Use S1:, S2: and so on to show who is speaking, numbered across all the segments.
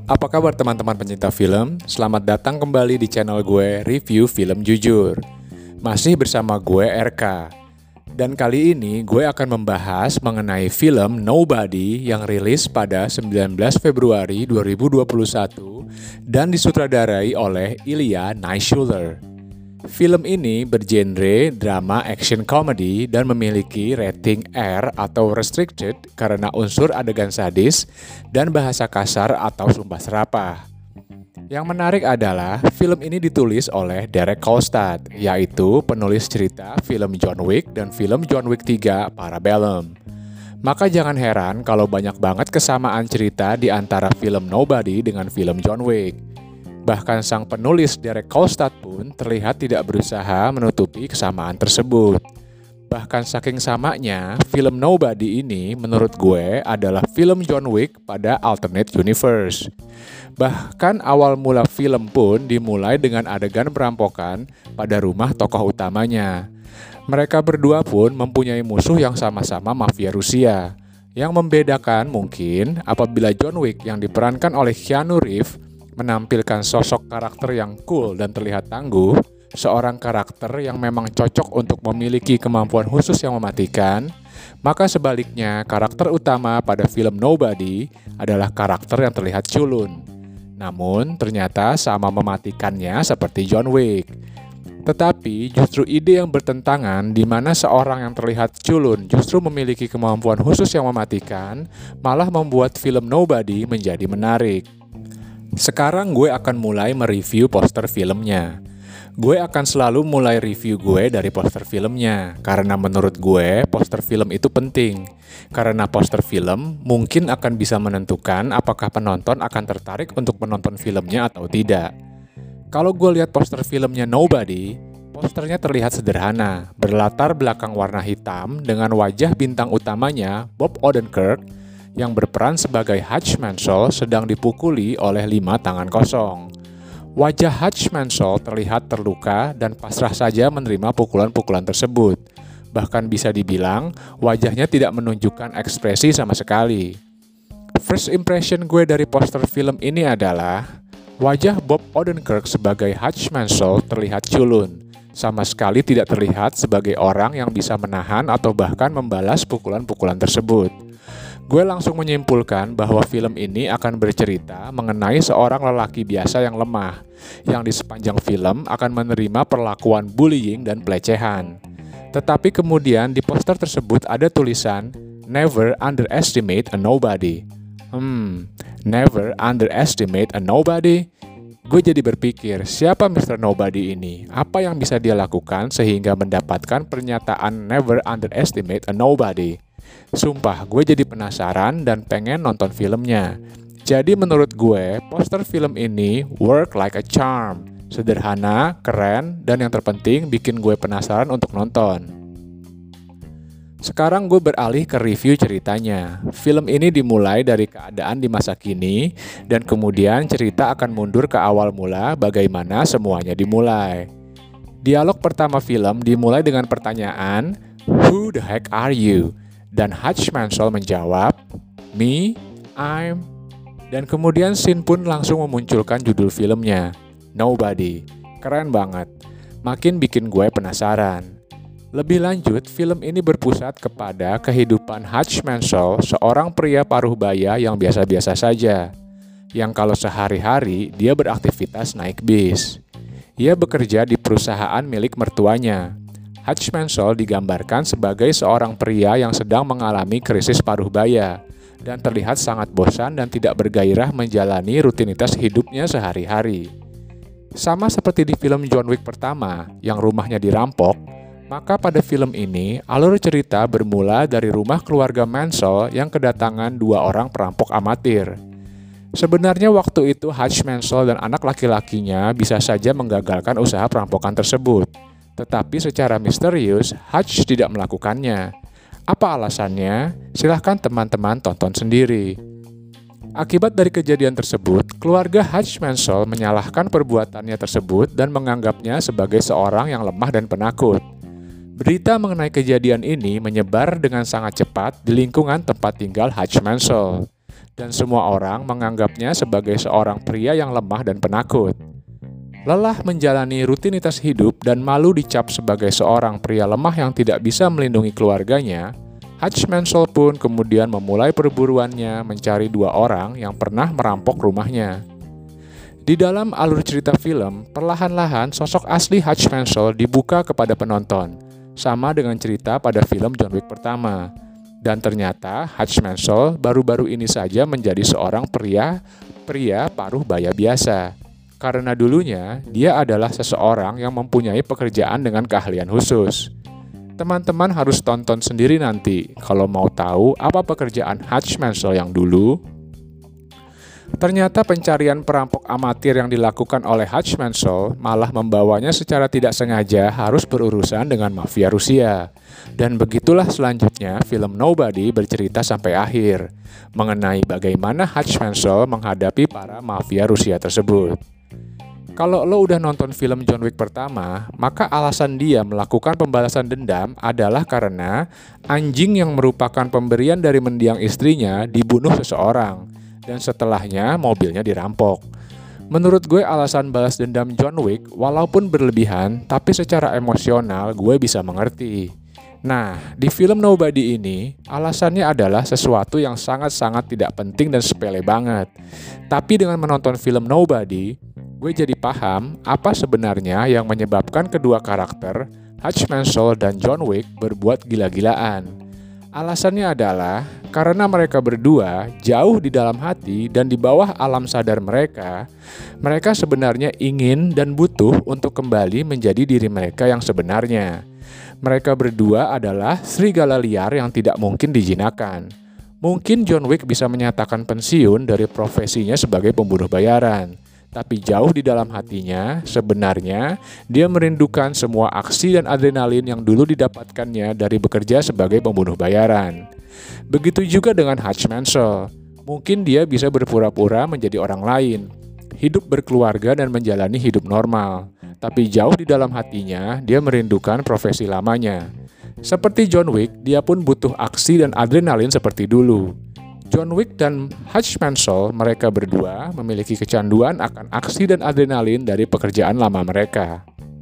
S1: Apa kabar teman-teman pencinta film? Selamat datang kembali di channel gue Review Film Jujur. Masih bersama gue RK. Dan kali ini gue akan membahas mengenai film Nobody yang rilis pada 19 Februari 2021 dan disutradarai oleh Ilya Naishuller. Film ini bergenre drama action comedy dan memiliki rating R atau restricted karena unsur adegan sadis dan bahasa kasar atau sumpah serapah. Yang menarik adalah film ini ditulis oleh Derek Kolstad, yaitu penulis cerita film John Wick dan film John Wick 3 Parabellum. Maka jangan heran kalau banyak banget kesamaan cerita di antara film Nobody dengan film John Wick. Bahkan sang penulis Derek Kolstad pun terlihat tidak berusaha menutupi kesamaan tersebut. Bahkan saking samanya, film Nobody ini menurut gue adalah film John Wick pada alternate universe. Bahkan awal mula film pun dimulai dengan adegan perampokan pada rumah tokoh utamanya. Mereka berdua pun mempunyai musuh yang sama-sama mafia Rusia. Yang membedakan mungkin apabila John Wick yang diperankan oleh Keanu Reeves menampilkan sosok karakter yang cool dan terlihat tangguh, seorang karakter yang memang cocok untuk memiliki kemampuan khusus yang mematikan, maka sebaliknya karakter utama pada film Nobody adalah karakter yang terlihat culun. Namun ternyata sama mematikannya seperti John Wick. Tetapi justru ide yang bertentangan di mana seorang yang terlihat culun justru memiliki kemampuan khusus yang mematikan malah membuat film Nobody menjadi menarik. Sekarang gue akan mulai mereview poster filmnya. Gue akan selalu mulai review gue dari poster filmnya, karena menurut gue poster film itu penting. Karena poster film mungkin akan bisa menentukan apakah penonton akan tertarik untuk menonton filmnya atau tidak. Kalau gue lihat poster filmnya Nobody, posternya terlihat sederhana, berlatar belakang warna hitam dengan wajah bintang utamanya Bob Odenkirk yang berperan sebagai Hutch Mansell sedang dipukuli oleh 5 tangan kosong. Wajah Hutch Mansell terlihat terluka dan pasrah saja menerima pukulan-pukulan tersebut. Bahkan bisa dibilang wajahnya tidak menunjukkan ekspresi sama sekali. First impression gue dari poster film ini adalah wajah Bob Odenkirk sebagai Hutch Mansell terlihat culun. Sama sekali tidak terlihat sebagai orang yang bisa menahan atau bahkan membalas pukulan-pukulan tersebut. Gue langsung menyimpulkan bahwa film ini akan bercerita mengenai seorang lelaki biasa yang lemah, yang di sepanjang film akan menerima perlakuan bullying dan pelecehan. Tetapi kemudian di poster tersebut ada tulisan, "Never underestimate a nobody." Never underestimate a nobody? Gue jadi berpikir, siapa Mr. Nobody ini? Apa yang bisa dia lakukan sehingga mendapatkan pernyataan never underestimate a nobody? Sumpah, gue jadi penasaran dan pengen nonton filmnya. Jadi menurut gue, poster film ini work like a charm. Sederhana, keren, dan yang terpenting bikin gue penasaran untuk nonton. Sekarang gue beralih ke review ceritanya. Film ini dimulai dari keadaan di masa kini, dan kemudian cerita akan mundur ke awal mula bagaimana semuanya dimulai. Dialog pertama film dimulai dengan pertanyaan, "Who the heck are you?" Dan Hutch Mansell menjawab, "Me, I'm..." Dan kemudian scene pun langsung memunculkan judul filmnya, Nobody. Keren banget. Makin bikin gue penasaran. Lebih lanjut, film ini berpusat kepada kehidupan Hutch Mansell, seorang pria paruh baya yang biasa-biasa saja. Yang kalau sehari-hari dia beraktivitas naik bis. Ia bekerja di perusahaan milik mertuanya. Hutch Mansell digambarkan sebagai seorang pria yang sedang mengalami krisis paruh baya dan terlihat sangat bosan dan tidak bergairah menjalani rutinitas hidupnya sehari-hari. Sama seperti di film John Wick pertama yang rumahnya dirampok, maka pada film ini alur cerita bermula dari rumah keluarga Mansell yang kedatangan 2 orang perampok amatir. Sebenarnya waktu itu Hutch Mansell dan anak laki-lakinya bisa saja menggagalkan usaha perampokan tersebut. Tetapi secara misterius, Hutch tidak melakukannya. Apa alasannya? Silahkan teman-teman tonton sendiri. Akibat dari kejadian tersebut, keluarga Hutch Mansell menyalahkan perbuatannya tersebut dan menganggapnya sebagai seorang yang lemah dan penakut. Berita mengenai kejadian ini menyebar dengan sangat cepat di lingkungan tempat tinggal Hutch Mansell. dan semua orang menganggapnya sebagai seorang pria yang lemah dan penakut. Lelah menjalani rutinitas hidup dan malu dicap sebagai seorang pria lemah yang tidak bisa melindungi keluarganya, Hutch Mansell pun kemudian memulai perburuannya mencari dua orang yang pernah merampok rumahnya. Di dalam alur cerita film, perlahan-lahan sosok asli Hutch Mansell dibuka kepada penonton, sama dengan cerita pada film John Wick pertama. Dan ternyata Hutch Mansell baru-baru ini saja menjadi seorang pria paruh baya biasa. Karena dulunya dia adalah seseorang yang mempunyai pekerjaan dengan keahlian khusus. Teman-teman harus tonton sendiri nanti kalau mau tahu apa pekerjaan Hutch Mansell yang dulu. Ternyata pencarian perampok amatir yang dilakukan oleh Hutch Mansell malah membawanya secara tidak sengaja harus berurusan dengan mafia Rusia. Dan begitulah selanjutnya film Nobody bercerita sampai akhir, mengenai bagaimana Hutch Mansell menghadapi para mafia Rusia tersebut. Kalau lo udah nonton film John Wick pertama, maka alasan dia melakukan pembalasan dendam adalah karena anjing yang merupakan pemberian dari mendiang istrinya dibunuh seseorang, dan setelahnya mobilnya dirampok. Menurut gue alasan balas dendam John Wick walaupun berlebihan, tapi secara emosional gue bisa mengerti. Nah, di film Nobody ini, alasannya adalah sesuatu yang sangat-sangat tidak penting dan sepele banget. Tapi dengan menonton film Nobody, gue jadi paham apa sebenarnya yang menyebabkan kedua karakter, Hutch Mansell dan John Wick, berbuat gila-gilaan. Alasannya adalah karena mereka berdua jauh di dalam hati dan di bawah alam sadar mereka sebenarnya ingin dan butuh untuk kembali menjadi diri mereka yang sebenarnya. Mereka berdua adalah serigala liar yang tidak mungkin dijinakkan. Mungkin John Wick bisa menyatakan pensiun dari profesinya sebagai pembunuh bayaran. Tapi jauh di dalam hatinya, sebenarnya dia merindukan semua aksi dan adrenalin yang dulu didapatkannya dari bekerja sebagai pembunuh bayaran. Begitu juga dengan Hutch Mansell. Mungkin dia bisa berpura-pura menjadi orang lain, hidup berkeluarga dan menjalani hidup normal. Tapi jauh di dalam hatinya, dia merindukan profesi lamanya. Seperti John Wick, dia pun butuh aksi dan adrenalin seperti dulu. John Wick dan Hutch Mansell, mereka berdua memiliki kecanduan akan aksi dan adrenalin dari pekerjaan lama mereka.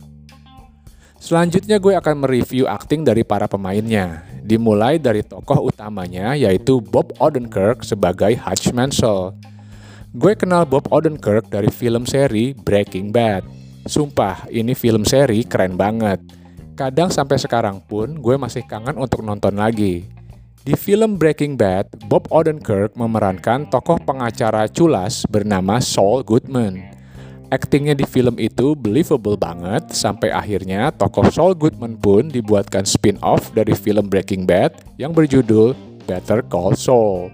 S1: Selanjutnya gue akan mereview akting dari para pemainnya. Dimulai dari tokoh utamanya yaitu Bob Odenkirk sebagai Hutch Mansell. Gue kenal Bob Odenkirk dari film seri Breaking Bad. Sumpah, ini film seri keren banget. Kadang sampai sekarang pun gue masih kangen untuk nonton lagi. Di film Breaking Bad, Bob Odenkirk memerankan tokoh pengacara culas bernama Saul Goodman. Aktingnya di film itu believable banget, sampai akhirnya tokoh Saul Goodman pun dibuatkan spin-off dari film Breaking Bad yang berjudul Better Call Saul.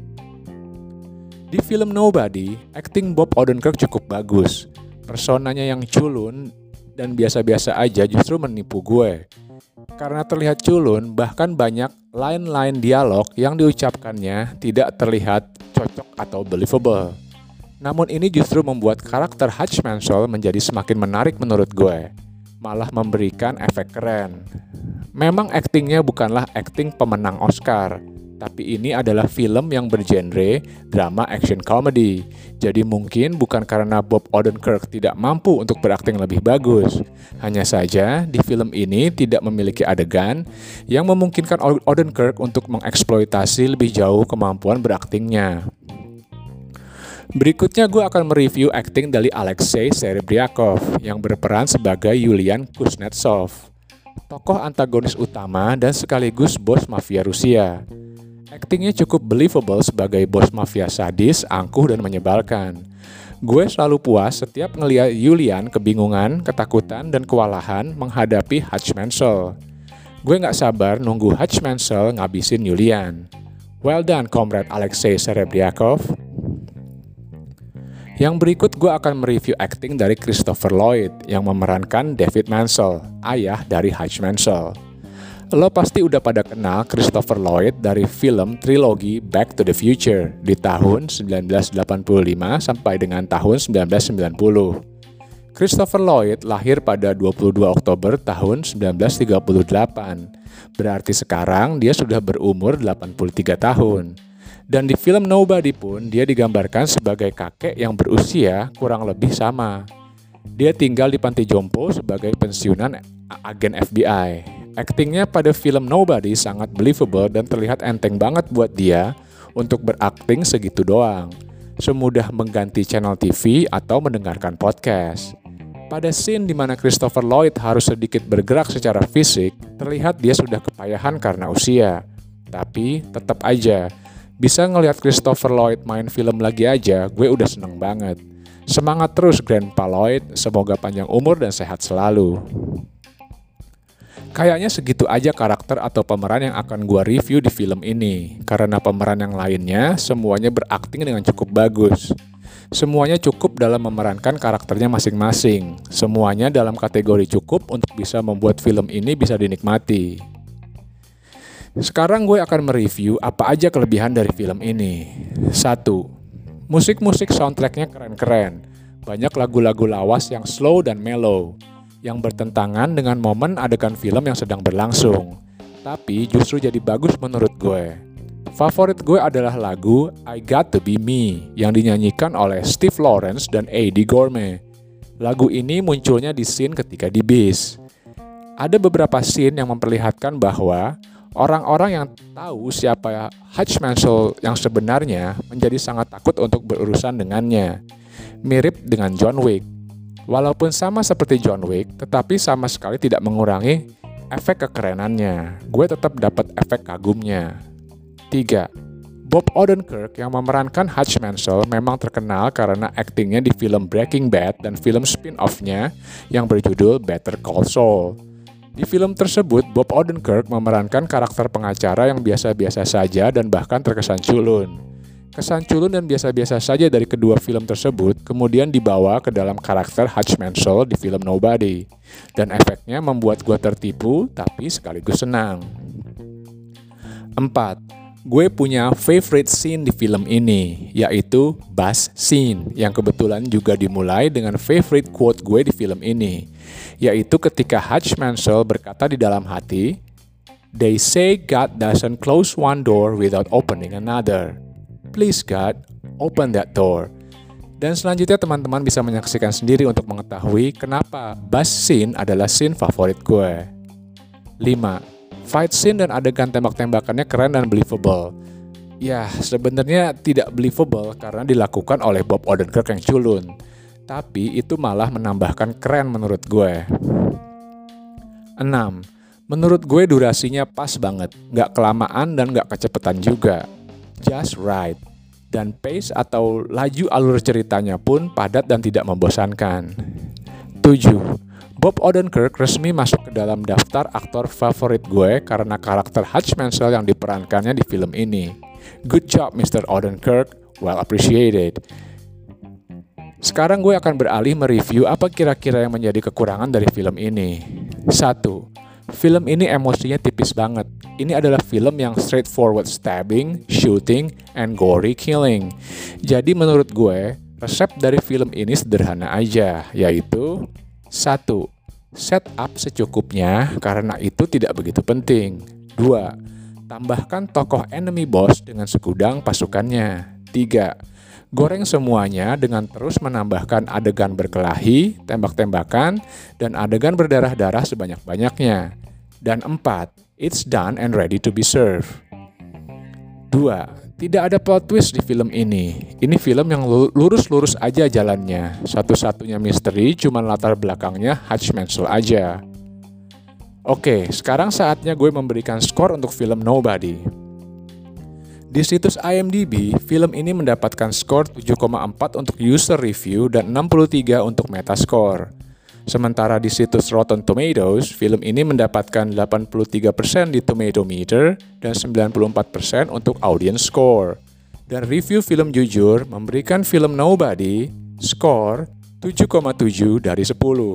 S1: Di film Nobody, akting Bob Odenkirk cukup bagus. Personanya yang culun dan biasa-biasa aja justru menipu gue. Karena terlihat culun, bahkan banyak line-line dialog yang diucapkannya tidak terlihat cocok atau believable. Namun ini justru membuat karakter Hutch Mansell menjadi semakin menarik menurut gue. Malah memberikan efek keren. Memang aktingnya bukanlah akting pemenang Oscar, tapi ini adalah film yang bergenre drama action comedy. Jadi mungkin bukan karena Bob Odenkirk tidak mampu untuk berakting lebih bagus. Hanya saja di film ini tidak memiliki adegan yang memungkinkan Odenkirk untuk mengeksploitasi lebih jauh kemampuan beraktingnya. Berikutnya gue akan mereview akting dari Alexei Serebryakov yang berperan sebagai Yulian Kuznetsov, tokoh antagonis utama dan sekaligus bos mafia Rusia. Aktingnya cukup believable sebagai bos mafia sadis, angkuh, dan menyebalkan. Gue selalu puas setiap ngeliat Yulian kebingungan, ketakutan, dan kewalahan menghadapi Hutch Mansell. Gue gak sabar nunggu Hutch Mansell ngabisin Yulian. Well done, Comrade Alexei Serebryakov. Yang berikut gue akan mereview akting dari Christopher Lloyd yang memerankan David Mansell, ayah dari Hutch Mansell. Lo pasti udah pada kenal Christopher Lloyd dari film trilogi Back to the Future di tahun 1985 sampai dengan tahun 1990. Christopher Lloyd lahir pada 22 Oktober tahun 1938. Berarti sekarang dia sudah berumur 83 tahun. Dan di film Nobody pun dia digambarkan sebagai kakek yang berusia kurang lebih sama. Dia tinggal di panti jompo sebagai pensiunan agen FBI. Aktingnya pada film Nobody sangat believable dan terlihat enteng banget buat dia untuk berakting segitu doang. Semudah mengganti channel TV atau mendengarkan podcast. Pada scene di mana Christopher Lloyd harus sedikit bergerak secara fisik, terlihat dia sudah kepayahan karena usia. Tapi tetap aja, bisa ngelihat Christopher Lloyd main film lagi aja, gue udah seneng banget. Semangat terus Grandpa Lloyd, semoga panjang umur dan sehat selalu. Kayaknya segitu aja karakter atau pemeran yang akan gue review di film ini, karena pemeran yang lainnya semuanya berakting dengan cukup bagus. Semuanya cukup dalam memerankan karakternya masing-masing. Semuanya dalam kategori cukup untuk bisa membuat film ini bisa dinikmati. Sekarang gue akan mereview apa aja kelebihan dari film ini. 1. Musik-musik soundtracknya keren-keren. Banyak lagu-lagu lawas yang slow dan mellow, yang bertentangan dengan momen adegan film yang sedang berlangsung. Tapi justru jadi bagus menurut gue. Favorit gue adalah lagu I Got To Be Me yang dinyanyikan oleh Steve Lawrence dan Eddie Gourmet. Lagu ini munculnya di scene ketika di bis. Ada beberapa scene yang memperlihatkan bahwa orang-orang yang tahu siapa Hutch Mansell yang sebenarnya menjadi sangat takut untuk berurusan dengannya. Mirip dengan John Wick. Walaupun sama seperti John Wick, tetapi sama sekali tidak mengurangi efek kekerenannya. Gue tetap dapat efek kagumnya. 3. Bob Odenkirk yang memerankan Hutch Mansell memang terkenal karena aktingnya di film Breaking Bad dan film spin-off-nya yang berjudul Better Call Saul. Di film tersebut, Bob Odenkirk memerankan karakter pengacara yang biasa-biasa saja dan bahkan terkesan culun. Kesan culun dan biasa-biasa saja dari kedua film tersebut kemudian dibawa ke dalam karakter Hutch Mansell di film Nobody. Dan efeknya membuat gue tertipu tapi sekaligus senang. 4. Gue punya favorite scene di film ini, yaitu bus scene, yang kebetulan juga dimulai dengan favorite quote gue di film ini, yaitu ketika Hutch Mansell berkata di dalam hati, "They say God doesn't close one door without opening another. Please God, open that door." Dan selanjutnya teman-teman bisa menyaksikan sendiri untuk mengetahui kenapa bus scene adalah scene favorit gue. 5. Fight scene dan adegan tembak-tembakannya keren dan believable. Ya, sebenarnya tidak believable karena dilakukan oleh Bob Odenkirk yang culun. Tapi itu malah menambahkan keren menurut gue. 6. Menurut gue durasinya pas banget. Nggak kelamaan dan nggak kecepatan juga. Just right. Dan pace atau laju alur ceritanya pun padat dan tidak membosankan. 7. Bob Odenkirk resmi masuk ke dalam daftar aktor favorit gue karena karakter Hutch Mansell yang diperankannya di film ini. Good job Mr. Odenkirk, well appreciated. Sekarang gue akan beralih mereview apa kira-kira yang menjadi kekurangan dari film ini. 1. Film ini emosinya tipis banget. Ini adalah film yang straightforward stabbing, shooting, and gory killing. Jadi menurut gue, resep dari film ini sederhana aja, yaitu 1. Set up secukupnya karena itu tidak begitu penting. 2. Tambahkan tokoh enemy boss dengan segudang pasukannya. 3. Goreng semuanya dengan terus menambahkan adegan berkelahi, tembak-tembakan, dan adegan berdarah-darah sebanyak-banyaknya. Dan 4. It's done and ready to be served. 2. Tidak ada plot twist di film ini. Ini film yang lurus-lurus aja jalannya. Satu-satunya misteri cuma latar belakangnya Hutch Mansell aja. Oke, sekarang saatnya gue memberikan skor untuk film Nobody. Di situs IMDb, film ini mendapatkan skor 7,4 untuk user review dan 63 untuk metascore. Sementara di situs Rotten Tomatoes, film ini mendapatkan 83% di Tomato Meter dan 94% untuk audience score. Dan review film jujur memberikan film Nobody skor 7,7 dari 10.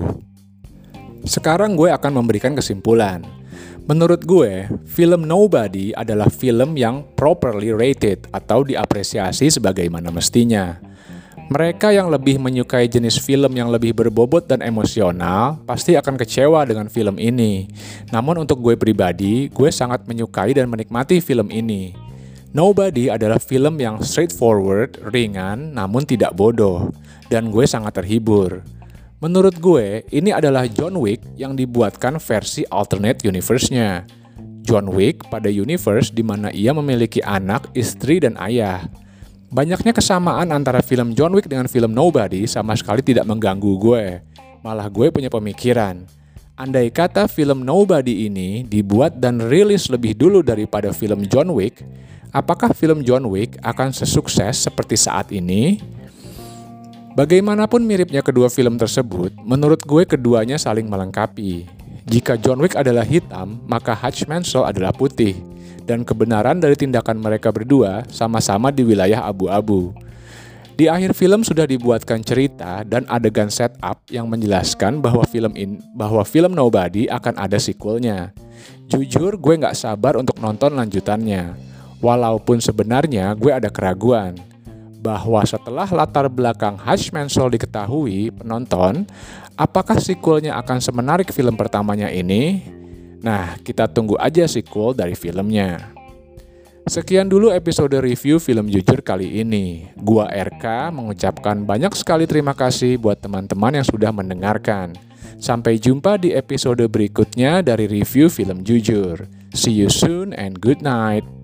S1: Sekarang gue akan memberikan kesimpulan. Menurut gue, film Nobody adalah film yang properly rated atau diapresiasi sebagaimana mestinya. Mereka yang lebih menyukai jenis film yang lebih berbobot dan emosional pasti akan kecewa dengan film ini. Namun untuk gue pribadi, gue sangat menyukai dan menikmati film ini. Nobody adalah film yang straightforward, ringan, namun tidak bodoh, dan gue sangat terhibur. Menurut gue, ini adalah John Wick yang dibuatkan versi alternate universe-nya. John Wick pada universe di mana ia memiliki anak, istri, dan ayah. Banyaknya kesamaan antara film John Wick dengan film Nobody sama sekali tidak mengganggu gue. Malah gue punya pemikiran. Andai kata film Nobody ini dibuat dan rilis lebih dulu daripada film John Wick, apakah film John Wick akan sesukses seperti saat ini? Bagaimanapun miripnya kedua film tersebut, menurut gue keduanya saling melengkapi. Jika John Wick adalah hitam, maka Hutch Mansell adalah putih. Dan kebenaran dari tindakan mereka berdua sama-sama di wilayah abu-abu. Di akhir film sudah dibuatkan cerita dan adegan setup yang menjelaskan bahwa film Nobody akan ada sequelnya. Jujur gue gak sabar untuk nonton lanjutannya. Walaupun sebenarnya gue ada keraguan bahwa setelah latar belakang Hutch Mansell diketahui penonton, apakah sequelnya akan semenarik film pertamanya ini? Nah, kita tunggu aja sequel dari filmnya. Sekian dulu episode review film jujur kali ini. Gua RK mengucapkan banyak sekali terima kasih buat teman-teman yang sudah mendengarkan. Sampai jumpa di episode berikutnya dari review film jujur. See you soon and good night.